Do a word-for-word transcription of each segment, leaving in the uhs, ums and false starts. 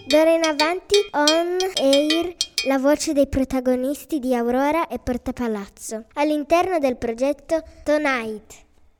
D'ora in avanti on air la voce dei protagonisti di Aurora e Portapalazzo all'interno del progetto Tonight.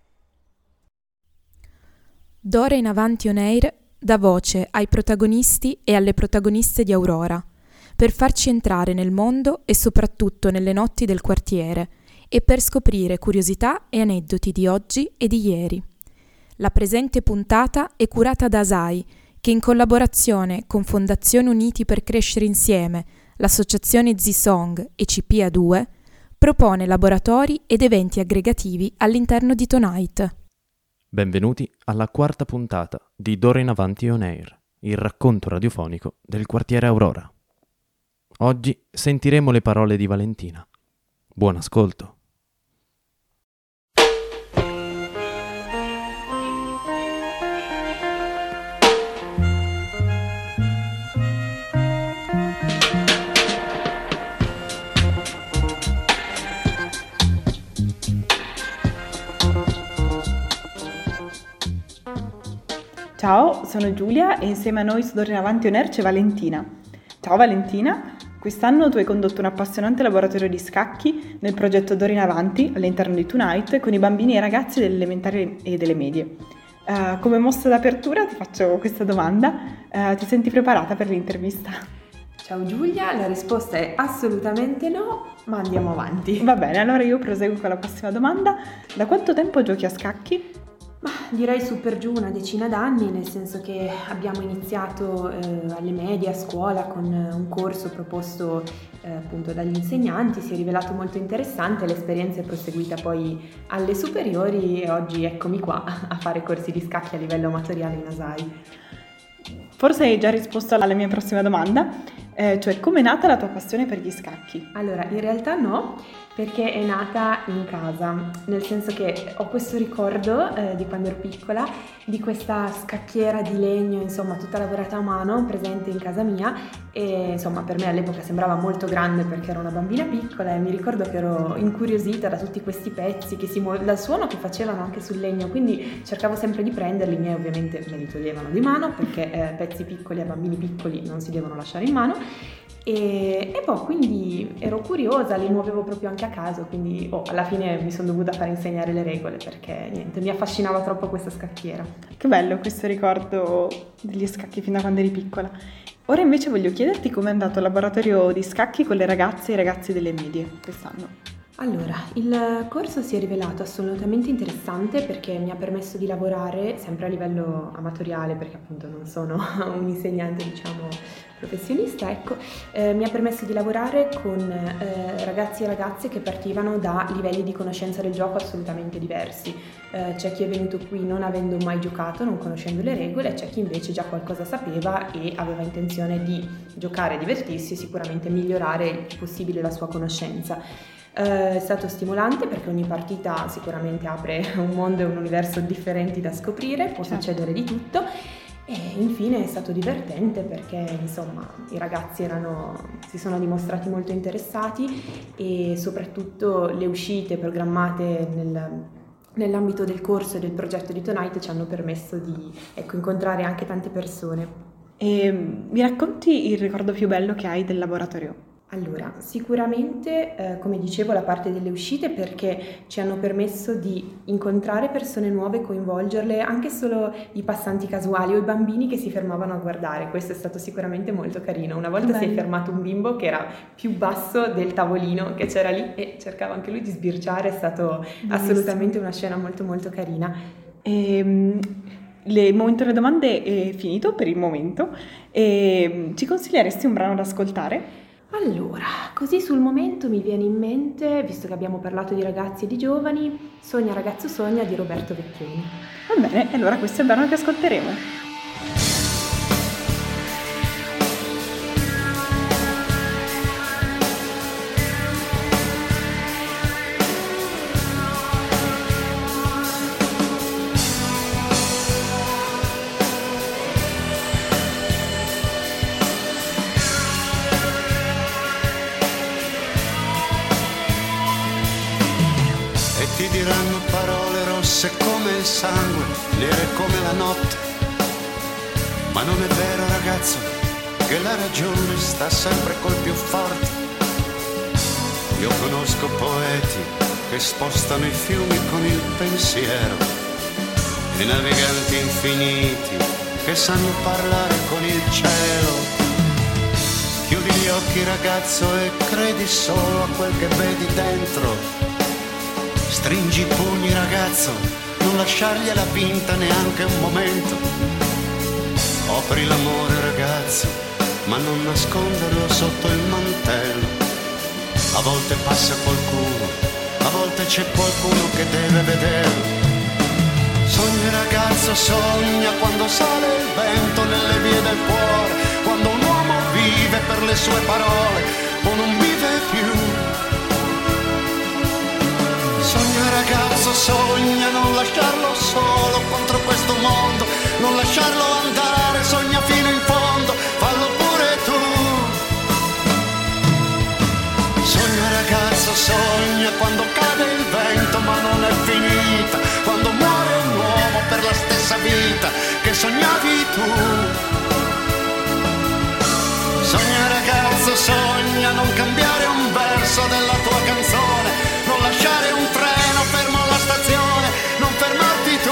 D'ora in avanti on air dà voce ai protagonisti e alle protagoniste di Aurora, per farci entrare nel mondo e soprattutto nelle notti del quartiere e per scoprire curiosità e aneddoti di oggi e di ieri. La presente puntata è curata da Asai, che in collaborazione con Fondazione Uniti per Crescere Insieme, l'associazione Z-Song e C P A due, propone laboratori ed eventi aggregativi all'interno di Tonight. Benvenuti alla quarta puntata di D'ora in avanti on air, il racconto radiofonico del quartiere Aurora. Oggi sentiremo le parole di Valentina. Buon ascolto. Ciao, sono Giulia e insieme a noi su D'ora in avanti on air c'è Valentina. Ciao Valentina, quest'anno tu hai condotto un appassionante laboratorio di scacchi nel progetto D'ora in avanti all'interno di Tonight con i bambini e ragazzi delle elementari e delle medie. Uh, come mossa d'apertura ti faccio questa domanda, uh, ti senti preparata per l'intervista? Ciao Giulia, la risposta è assolutamente no, ma andiamo avanti. Va bene, allora io proseguo con la prossima domanda. Da quanto tempo giochi a scacchi? Ma direi su per giù una decina d'anni, nel senso che abbiamo iniziato eh, alle medie a scuola con un corso proposto eh, appunto dagli insegnanti, si è rivelato molto interessante, l'esperienza è proseguita poi alle superiori e oggi eccomi qua a fare corsi di scacchi a livello amatoriale in Asai. Forse hai già risposto alla mia prossima domanda, eh, cioè com'è nata la tua passione per gli scacchi? Allora, in realtà no, perché è nata in casa, nel senso che ho questo ricordo eh, di quando ero piccola, di questa scacchiera di legno, insomma, tutta lavorata a mano, presente in casa mia e insomma per me all'epoca sembrava molto grande perché ero una bambina piccola e mi ricordo che ero incuriosita da tutti questi pezzi, che si muo- dal suono che facevano anche sul legno, quindi cercavo sempre di prenderli, i miei ovviamente me li toglievano di mano perché eh, pezzi piccoli a bambini piccoli non si devono lasciare in mano. E, e poi quindi ero curiosa, li muovevo proprio anche a caso, quindi oh, alla fine mi sono dovuta fare insegnare le regole perché niente, mi affascinava troppo questa scacchiera. Che bello questo ricordo degli scacchi fin da quando eri piccola. Ora invece voglio chiederti com'è andato il laboratorio di scacchi con le ragazze e i ragazzi delle medie quest'anno. Allora, il corso si è rivelato assolutamente interessante perché mi ha permesso di lavorare sempre a livello amatoriale, perché appunto non sono un insegnante, diciamo, professionista, ecco, eh, mi ha permesso di lavorare con eh, ragazzi e ragazze che partivano da livelli di conoscenza del gioco assolutamente diversi. Eh, c'è chi è venuto qui non avendo mai giocato, non conoscendo le regole, c'è chi invece già qualcosa sapeva e aveva intenzione di giocare, divertirsi e sicuramente migliorare il più possibile la sua conoscenza. Uh, è stato stimolante perché ogni partita sicuramente apre un mondo e un universo differenti da scoprire, può certo. succedere di tutto e infine è stato divertente perché insomma i ragazzi erano, si sono dimostrati molto interessati e soprattutto le uscite programmate nel, nell'ambito del corso e del progetto di Tonight ci hanno permesso di ecco, incontrare anche tante persone. E mi racconti il ricordo più bello che hai del laboratorio? Allora, sicuramente, eh, come dicevo, la parte delle uscite perché ci hanno permesso di incontrare persone nuove, coinvolgerle, anche solo i passanti casuali o i bambini che si fermavano a guardare. Questo è stato sicuramente molto carino. Una volta Bello. Si è fermato un bimbo che era più basso del tavolino che c'era lì e cercava anche lui di sbirciare, è stato Bellissimo. Assolutamente una scena molto molto carina. E, il momento delle domande è finito per il momento e ci consiglieresti un brano da ascoltare? Allora, così sul momento mi viene in mente, visto che abbiamo parlato di ragazzi e di giovani, Sogna ragazzo sogna di Roberto Vecchioni. Va bene, allora questo è il brano che ascolteremo. Ti diranno parole rosse come il sangue, nere come la notte. Ma non è vero ragazzo, che la ragione sta sempre col più forte. Io conosco poeti che spostano i fiumi con il pensiero e naviganti infiniti che sanno parlare con il cielo. Chiudi gli occhi ragazzo e credi solo a quel che vedi dentro. Stringi i pugni ragazzo, non lasciargliela vinta neanche un momento. Offri l'amore ragazzo, ma non nasconderlo sotto il mantello. A volte passa qualcuno, a volte c'è qualcuno che deve vederlo. Sogna ragazzo, sogna quando sale il vento nelle vie del cuore, quando un uomo vive per le sue parole o non vive più. Sogna ragazzo, sogna non lasciarlo solo contro questo mondo, non lasciarlo andare, sogna fino in fondo, fallo pure tu. Sogna ragazzo, sogna quando cade il vento ma non è finita, quando muore un uomo per la stessa vita che sognavi tu. Sogna ragazzo, sogna non cambiare un verso della tua canzone, non lasciare un treno fermo alla stazione, non fermarti tu.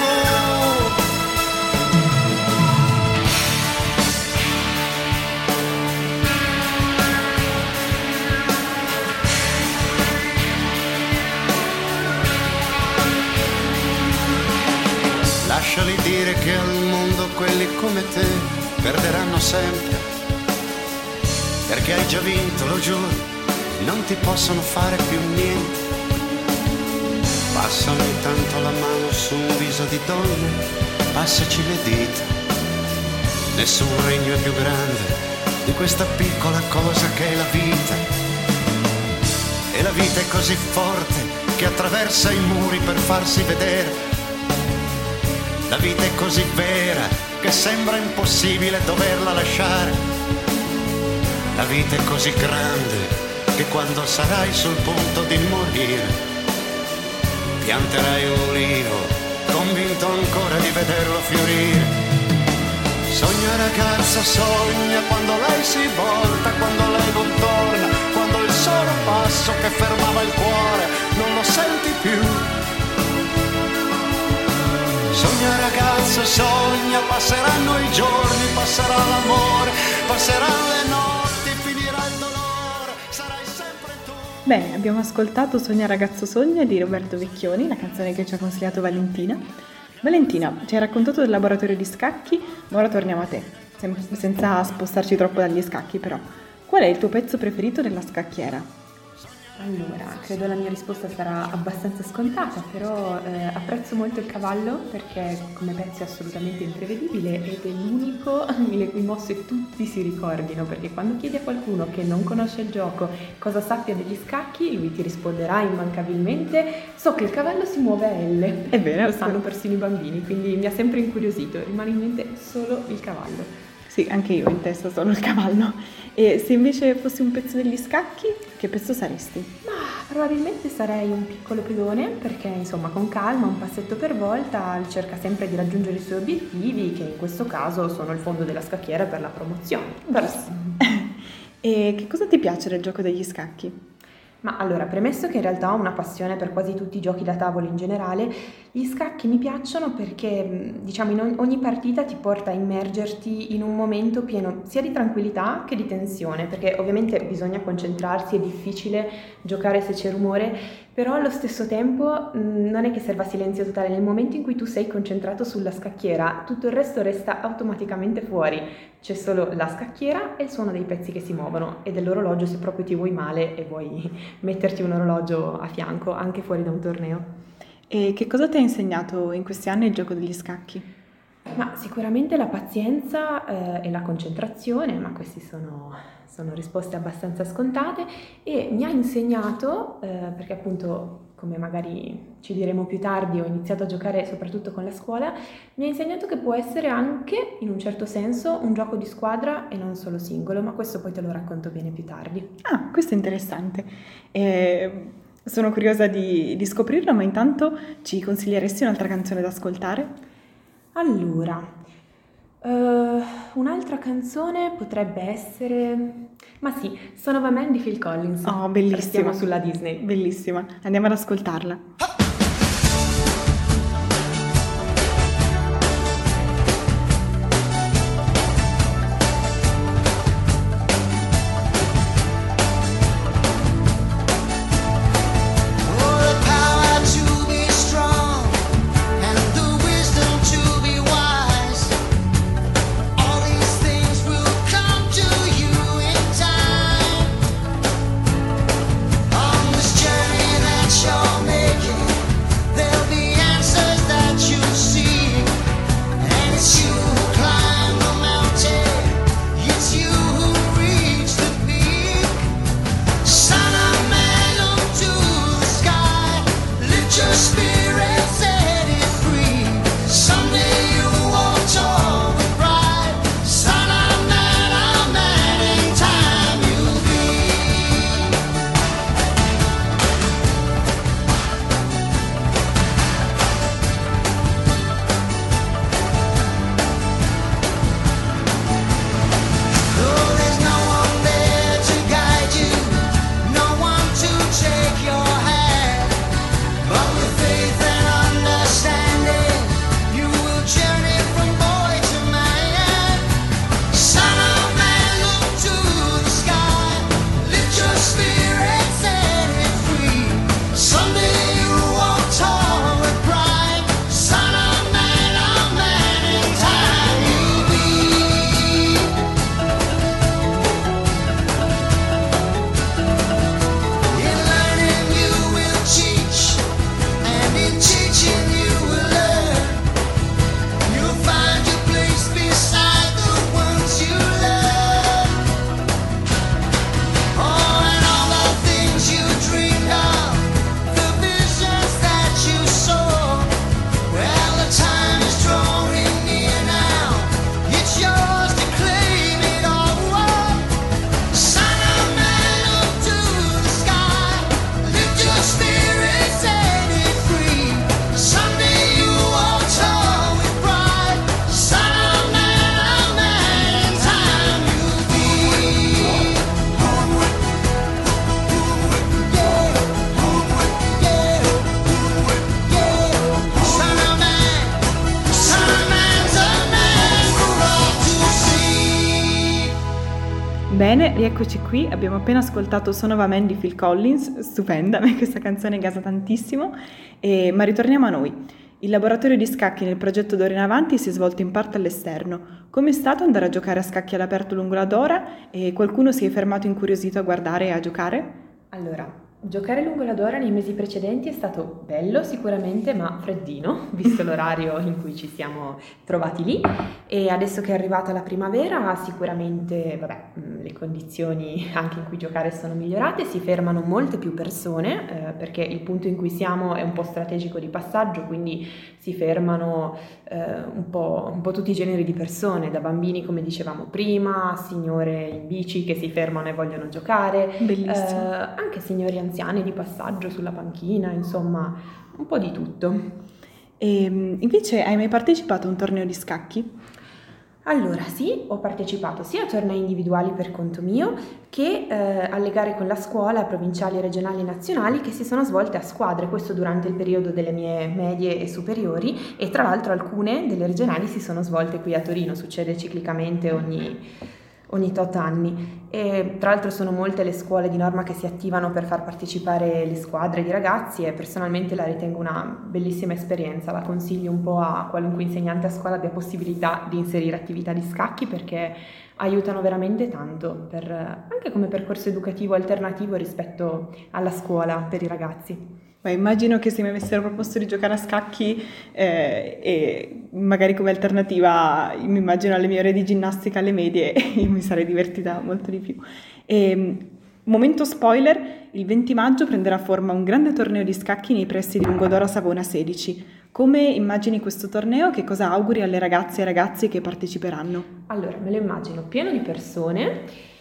Lasciali dire che al mondo quelli come te perderanno sempre, perché hai già vinto, lo giuro, non ti possono fare più niente. Passa ogni tanto la mano su un viso di donna, passaci le dita. Nessun regno è più grande di questa piccola cosa che è la vita. E la vita è così forte che attraversa i muri per farsi vedere. La vita è così vera che sembra impossibile doverla lasciare. La vita è così grande che quando sarai sul punto di morire pianterai un ulivo, convinto ancora di vederlo fiorire. Sogna ragazza, sogna quando lei si volta, quando lei non torna, quando il solo passo che fermava il cuore non lo senti più. Sogna ragazzo, sogna, passeranno i giorni, passerà l'amore, passeranno le notti, finirà il dolore, sarai sempre tu. Bene, abbiamo ascoltato Sogna ragazzo sogna di Roberto Vecchioni, la canzone che ci ha consigliato Valentina. Valentina, ci hai raccontato del laboratorio di scacchi, ma ora torniamo a te, sem- senza spostarci troppo dagli scacchi però. Qual è il tuo pezzo preferito della scacchiera? Allora, credo la mia risposta sarà abbastanza scontata, però eh, apprezzo molto il cavallo perché come pezzo è assolutamente imprevedibile ed è l'unico le cui mosse tutti si ricordino, perché quando chiedi a qualcuno che non conosce il gioco cosa sappia degli scacchi, lui ti risponderà immancabilmente: so che il cavallo si muove a L. È vero, lo sanno persino i bambini, quindi mi ha sempre incuriosito, rimane in mente solo il cavallo. Sì, anche io ho in testa solo il cavallo. E se invece fossi un pezzo degli scacchi, che pezzo saresti? Ma probabilmente sarei un piccolo pedone, perché insomma con calma, un passetto per volta, cerca sempre di raggiungere i suoi obiettivi, che in questo caso sono il fondo della scacchiera per la promozione. Bravissimo. E che cosa ti piace del gioco degli scacchi? Ma allora, premesso che in realtà ho una passione per quasi tutti i giochi da tavolo in generale, gli scacchi mi piacciono perché, diciamo, in ogni partita ti porta a immergerti in un momento pieno sia di tranquillità che di tensione, perché ovviamente bisogna concentrarsi, è difficile giocare se c'è rumore, però allo stesso tempo mh, non è che serva silenzio totale. Nel momento in cui tu sei concentrato sulla scacchiera, tutto il resto resta automaticamente fuori. C'è solo la scacchiera e il suono dei pezzi che si muovono e dell'orologio se proprio ti vuoi male e vuoi metterti un orologio a fianco anche fuori da un torneo. E che cosa ti ha insegnato in questi anni il gioco degli scacchi? Ma sicuramente la pazienza eh, e la concentrazione, ma queste sono, sono risposte abbastanza scontate, e mi ha insegnato, eh, perché appunto, come magari ci diremo più tardi, ho iniziato a giocare soprattutto con la scuola, mi ha insegnato che può essere anche, in un certo senso, un gioco di squadra e non solo singolo, ma questo poi te lo racconto bene più tardi. Ah, questo è interessante. Eh, sono curiosa di, di scoprirlo, ma intanto ci consiglieresti un'altra canzone da ascoltare? Allora, Uh, un'altra canzone potrebbe essere... Ma sì, Son of a Man di Phil Collins. Oh, bellissima. Restiamo sulla Disney. Bellissima. Andiamo ad ascoltarla. Bene, rieccoci qui, abbiamo appena ascoltato Son of a Man di Phil Collins, stupenda, a me questa canzone gasa tantissimo, e, ma ritorniamo a noi. Il laboratorio di scacchi nel progetto D'ora in avanti si è svolto in parte all'esterno. Come è stato andare a giocare a scacchi all'aperto lungo la Dora e qualcuno si è fermato incuriosito a guardare e a giocare? Allora, giocare lungo la Dora nei mesi precedenti è stato bello sicuramente, ma freddino, visto l'orario in cui ci siamo trovati lì, e adesso che è arrivata la primavera sicuramente, vabbè, le condizioni anche in cui giocare sono migliorate, si fermano molte più persone, eh, perché il punto in cui siamo è un po' strategico di passaggio, quindi si fermano eh, un po', un po' tutti i generi di persone, da bambini come dicevamo prima, signore in bici che si fermano e vogliono giocare, bellissimo, eh, anche signori anziani di passaggio sulla panchina, insomma un po' di tutto. E invece hai mai partecipato a un torneo di scacchi? Allora sì, ho partecipato sia a tornei individuali per conto mio che eh, alle gare con la scuola, provinciali, regionali e nazionali, che si sono svolte a squadre, questo durante il periodo delle mie medie e superiori, e tra l'altro alcune delle regionali si sono svolte qui a Torino, succede ciclicamente ogni, ogni tot anni. E tra l'altro sono molte le scuole di norma che si attivano per far partecipare le squadre di ragazzi e personalmente la ritengo una bellissima esperienza, la consiglio un po' a qualunque insegnante a scuola abbia possibilità di inserire attività di scacchi, perché aiutano veramente tanto, per, anche come percorso educativo alternativo rispetto alla scuola per i ragazzi. Beh, immagino che se mi avessero proposto di giocare a scacchi eh, e magari come alternativa mi immagino alle mie ore di ginnastica alle medie e mi sarei divertita molto di più. E, momento spoiler, il venti maggio prenderà forma un grande torneo di scacchi nei pressi di Lungodora Savona sedici. Come immagini questo torneo? Che cosa auguri alle ragazze e ai ragazzi che parteciperanno? Allora, me lo immagino pieno di persone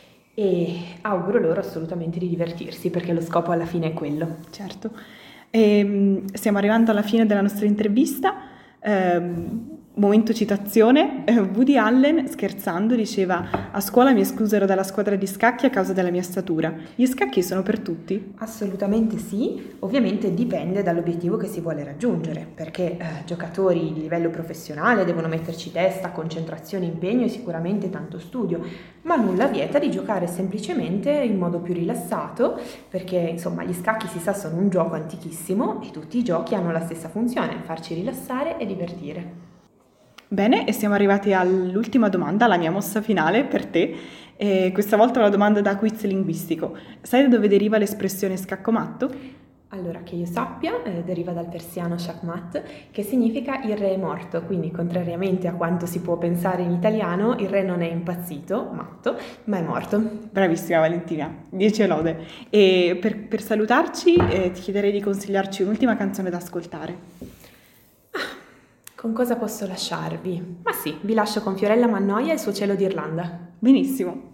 e auguro loro assolutamente di divertirsi, perché lo scopo alla fine è quello. Certo. E, stiamo arrivando alla fine della nostra intervista. Um, Momento citazione, eh, Woody Allen scherzando diceva: a scuola mi esclusero dalla squadra di scacchi a causa della mia statura. Gli scacchi sono per tutti? Assolutamente sì, ovviamente dipende dall'obiettivo che si vuole raggiungere, perché eh, giocatori di livello professionale devono metterci testa, concentrazione, impegno e sicuramente tanto studio, ma nulla vieta di giocare semplicemente in modo più rilassato, perché insomma gli scacchi si sa sono un gioco antichissimo e tutti i giochi hanno la stessa funzione, farci rilassare e divertire. Bene, e siamo arrivati all'ultima domanda, la mia mossa finale per te. E questa volta una domanda da quiz linguistico. Sai da dove deriva l'espressione scaccomatto? Allora, che io sappia, eh, deriva dal persiano shakmat, che significa il re è morto, quindi contrariamente a quanto si può pensare in italiano, il re non è impazzito, matto, ma è morto. Bravissima Valentina, dieci lode. E per, per salutarci eh, ti chiederei di consigliarci un'ultima canzone da ascoltare. Con cosa posso lasciarvi? Ma sì, vi lascio con Fiorella Mannoia e il suo cielo d'Irlanda. Benissimo.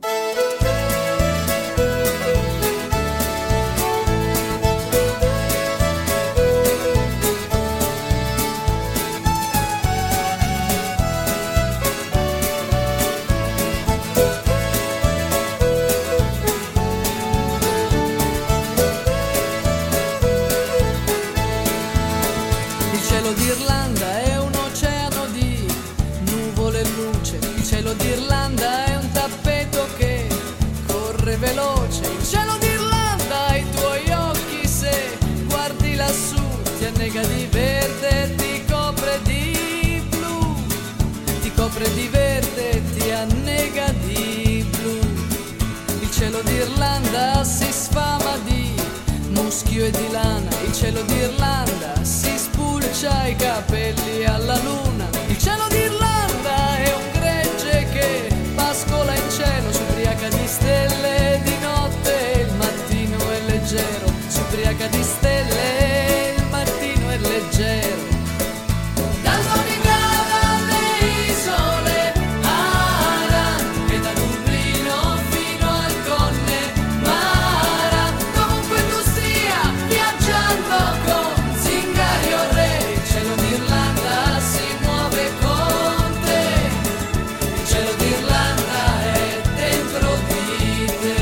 Il cielo d'Irlanda è un oceano di nuvole e luce. Il cielo d'Irlanda è un tappeto che corre veloce. Il cielo d'Irlanda, i tuoi occhi, se guardi lassù, ti annega di verde, ti copre di blu. Ti copre di verde, ti annega di blu. Il cielo d'Irlanda si sfama di muschio e di lana. Il cielo d'Irlanda si spulcia i capelli alla luna. Il cielo d'Irlanda è un gregge che pascola in cielo, s'ubriaca di stelle di notte, il mattino è leggero. S'ubriaca di stelle, il mattino è leggero. Dal Donegala alle isole Aran e da Dublino fino al Connemara, dovunque tu stia viaggiando con zingari o re, il cielo d'Irlanda si muove con te. Il cielo d'Irlanda è dentro di te.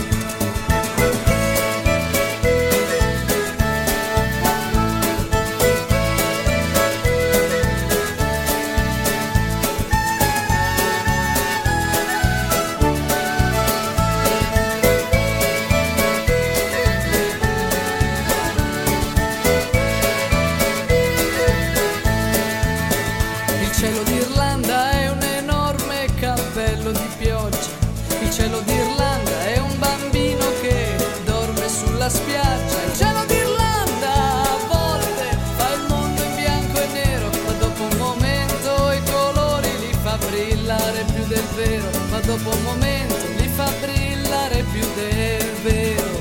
Il cielo d'Irlanda è un enorme cappello di pioggia. Il cielo d'Irlanda è un bambino che dorme sulla spiaggia. Il cielo d'Irlanda a volte fa il mondo in bianco e nero, ma dopo un momento i colori li fa brillare più del vero. Ma dopo un momento li fa brillare più del vero.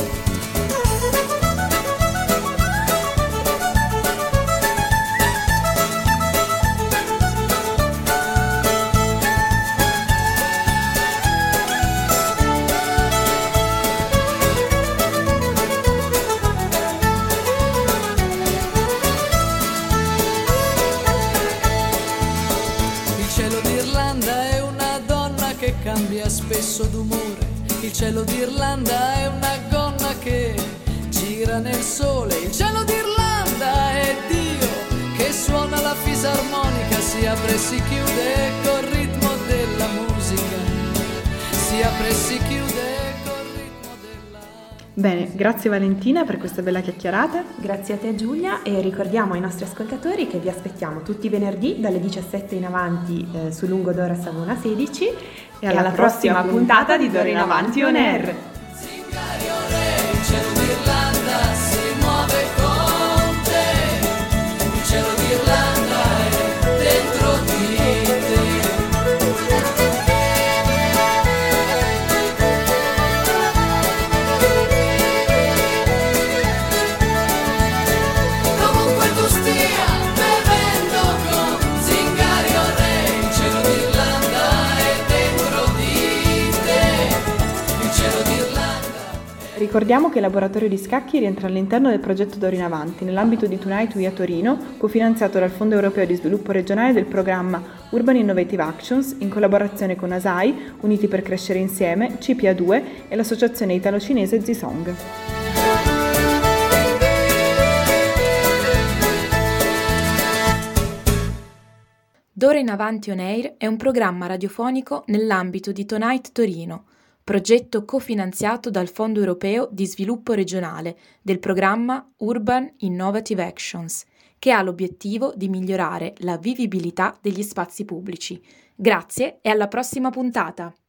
Il cielo d'Irlanda è una donna che cambia spesso d'umore. Il cielo d'Irlanda è una gonna che gira nel sole. Il cielo d'Irlanda è Dio che suona la fisarmonica, si apre e si chiude col ritmo della musica. Si apre e si chiude col ritmo della... Bene, grazie Valentina per questa bella chiacchierata. Grazie a te Giulia, e ricordiamo ai nostri ascoltatori che vi aspettiamo tutti i venerdì dalle diciassette in avanti eh, su Lungo Dora Savona sedici e alla, alla prossima, prossima puntata di D'ora in Avanti On Air. Zingario re, il cielo d'Irlanda si muove con te. Il cielo d'Irlanda è dentro di te. Dovunque tu stia bevendo con Zingario re, il cielo d'Irlanda è dentro di te. Il cielo d'Irlanda Ricordiamo che il laboratorio di scacchi rientra all'interno del progetto D'ora in avanti, nell'ambito di Tonight We a Torino, cofinanziato dal Fondo Europeo di Sviluppo Regionale del programma Urban Innovative Actions, in collaborazione con A S A I, Uniti per Crescere Insieme, C P A due e l'associazione italo-cinese Zisong. D'ora in avanti On Air è un programma radiofonico nell'ambito di Tonight Torino, progetto cofinanziato dal Fondo Europeo di Sviluppo Regionale del programma Urban Innovative Actions, che ha l'obiettivo di migliorare la vivibilità degli spazi pubblici. Grazie e alla prossima puntata!